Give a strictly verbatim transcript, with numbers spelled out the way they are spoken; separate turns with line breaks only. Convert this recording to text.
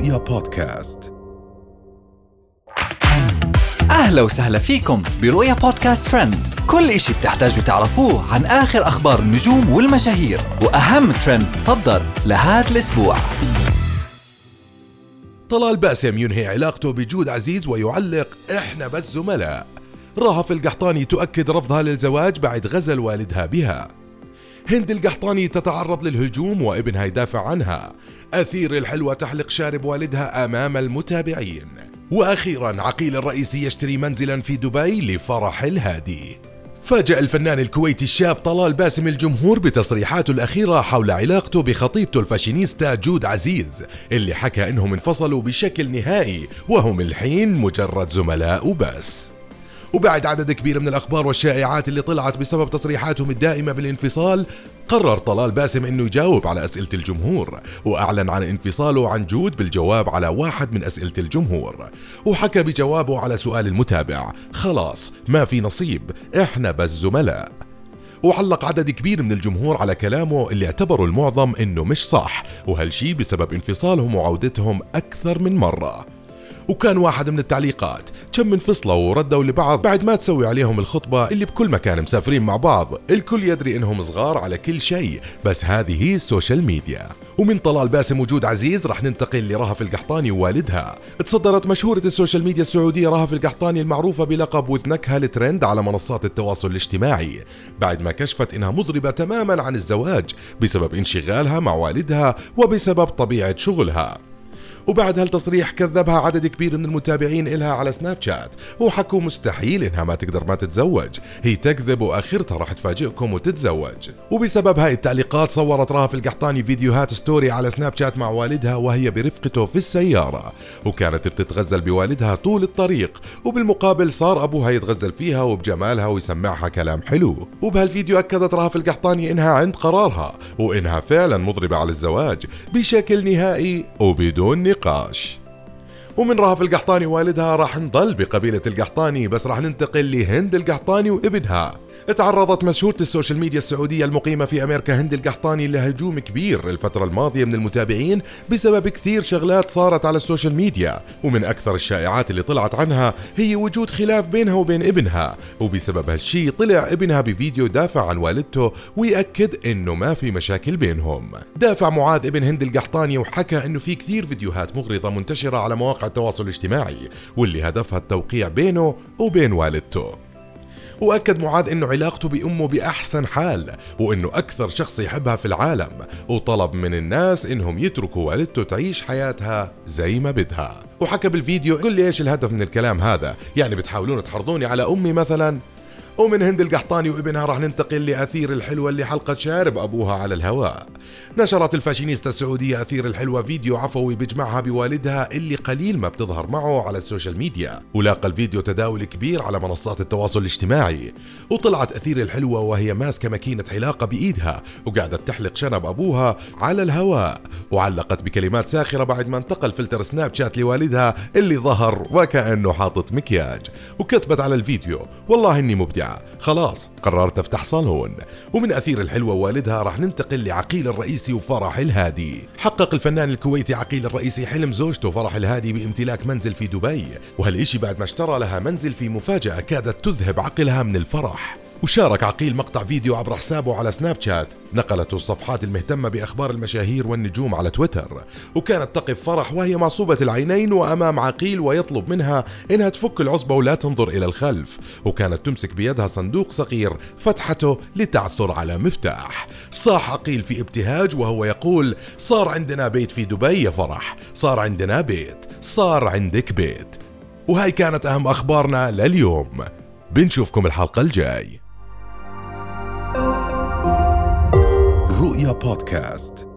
رؤيا بودكاست.
أهلا وسهلا فيكم برؤيا بودكاست ترند، كل إشي بتحتاجوا تعرفوه عن آخر أخبار النجوم والمشاهير وأهم ترند صدر لهذا الأسبوع.
طلال باسم ينهي علاقته بجود عزيز ويعلق إحنا بس زملاء. راهف القحطاني تؤكد رفضها للزواج بعد غزل والدها بها. هند القحطاني تتعرض للهجوم وابنها يدافع عنها. أثير الحلوة تحلق شارب والدها أمام المتابعين. وأخيرا عقيل الرئيسي يشتري منزلا في دبي لفرح الهادي. فاجأ الفنان الكويتي الشاب طلال باسم الجمهور بتصريحاته الأخيرة حول علاقته بخطيبته الفاشينيستا جود عزيز، اللي حكى إنهم انفصلوا بشكل نهائي وهم الحين مجرد زملاء وبس. وبعد عدد كبير من الأخبار والشائعات اللي طلعت بسبب تصريحاتهم الدائمة بالانفصال، قرر طلال باسم أنه يجاوب على أسئلة الجمهور، وأعلن عن انفصاله عن جود بالجواب على واحد من أسئلة الجمهور. وحكى بجوابه على سؤال المتابع: خلاص ما في نصيب، إحنا بس زملاء. وعلق عدد كبير من الجمهور على كلامه اللي اعتبروا المعظم أنه مش صح، وهالشي بسبب انفصالهم وعودتهم أكثر من مرة. وكان واحد من التعليقات: كم انفصلوا وردوا لبعض بعد ما تسوي عليهم الخطبة اللي بكل مكان مسافرين مع بعض، الكل يدري انهم صغار على كل شيء، بس هذه هي السوشيال ميديا. ومن طلال باسم وجود عزيز رح ننتقل لرهف القحطاني ووالدها. تصدرت مشهورة السوشيال ميديا السعودية رهف القحطاني المعروفة بلقب وذنكها الترند على منصات التواصل الاجتماعي، بعد ما كشفت انها مضربة تماما عن الزواج بسبب انشغالها مع والدها وبسبب طبيعة شغلها. وبعد هالتصريح كذبها عدد كبير من المتابعين إلها على سناب شات، وحكوا مستحيل إنها ما تقدر ما تتزوج، هي تكذب وآخرتها راح تفاجئكم وتتزوج. وبسبب هاي التعليقات صورت رهف القحطاني فيديوهات ستوري على سناب شات مع والدها وهي برفقته في السيارة، وكانت بتتغزل بوالدها طول الطريق، وبالمقابل صار أبوها يتغزل فيها وبجمالها ويسمعها كلام حلو. وبهالفيديو أكدت رهف القحطاني إنها عند قرارها، وإنها فعلا مضربة على الزواج بشكل نهائي وبدون نقاش. ومن رهف القحطاني والدها راح نضل بقبيلة القحطاني، بس راح ننتقل لهند القحطاني وابنها. تعرضت مشهورة السوشيال ميديا السعودية المقيمة في أمريكا هند القحطاني لهجوم كبير الفترة الماضية من المتابعين بسبب كثير شغلات صارت على السوشيال ميديا، ومن أكثر الشائعات اللي طلعت عنها هي وجود خلاف بينها وبين ابنها، وبسبب هالشي طلع ابنها بفيديو دافع عن والدته ويأكد إنه ما في مشاكل بينهم. دافع معاذ ابن هند القحطاني وحكى إنه في كثير فيديوهات مغرضة منتشرة على مواقع التواصل الاجتماعي واللي هدفها التوقيع بينه وبين والدته. وأكد معاذ إنه علاقته بأمه بأحسن حال، وإنه أكثر شخص يحبها في العالم، وطلب من الناس إنهم يتركوا والدته تعيش حياتها زي ما بدها. وحكى بالفيديو: قل لي إيش الهدف من الكلام هذا؟ يعني بتحاولون تحرضوني على أمي مثلا؟ ومن هند القحطاني وابنها راح ننتقل لأثير الحلوة اللي حلقت شارب أبوها على الهواء. نشرت الفاشينيستا السعودية أثير الحلوة فيديو عفوي بجمعها بوالدها اللي قليل ما بتظهر معه على السوشيال ميديا، ولاقى الفيديو تداول كبير على منصات التواصل الاجتماعي. وطلعت أثير الحلوة وهي ماسكة ماكينة حلاقة بإيدها وقاعدة تحلق شنب أبوها على الهواء، وعلقت بكلمات ساخرة بعد ما انتقل فلتر سناب شات لوالدها اللي ظهر وكأنه حاطط مكياج، وكتبت على الفيديو: والله إني مبدع، خلاص قررت افتح صالون. ومن أثير الحلوة والدها راح ننتقل لعقيل الرئيسي وفرح الهادي. حقق الفنان الكويتي عقيل الرئيسي حلم زوجته فرح الهادي بامتلاك منزل في دبي، وهالإشي بعد ما اشترى لها منزل في مفاجأة كادت تذهب عقلها من الفرح. وشارك عقيل مقطع فيديو عبر حسابه على سناب شات نقلته الصفحات المهتمة بأخبار المشاهير والنجوم على تويتر، وكانت تقف فرح وهي معصوبة العينين وأمام عقيل ويطلب منها إنها تفك العصبة ولا تنظر إلى الخلف، وكانت تمسك بيدها صندوق صغير فتحته لتعثر على مفتاح. صاح عقيل في ابتهاج وهو يقول: صار عندنا بيت في دبي يا فرح، صار عندنا بيت، صار عندك بيت. وهاي كانت أهم أخبارنا لليوم، بنشوفكم الحلقة الجاي.
رؤيا بودكاست.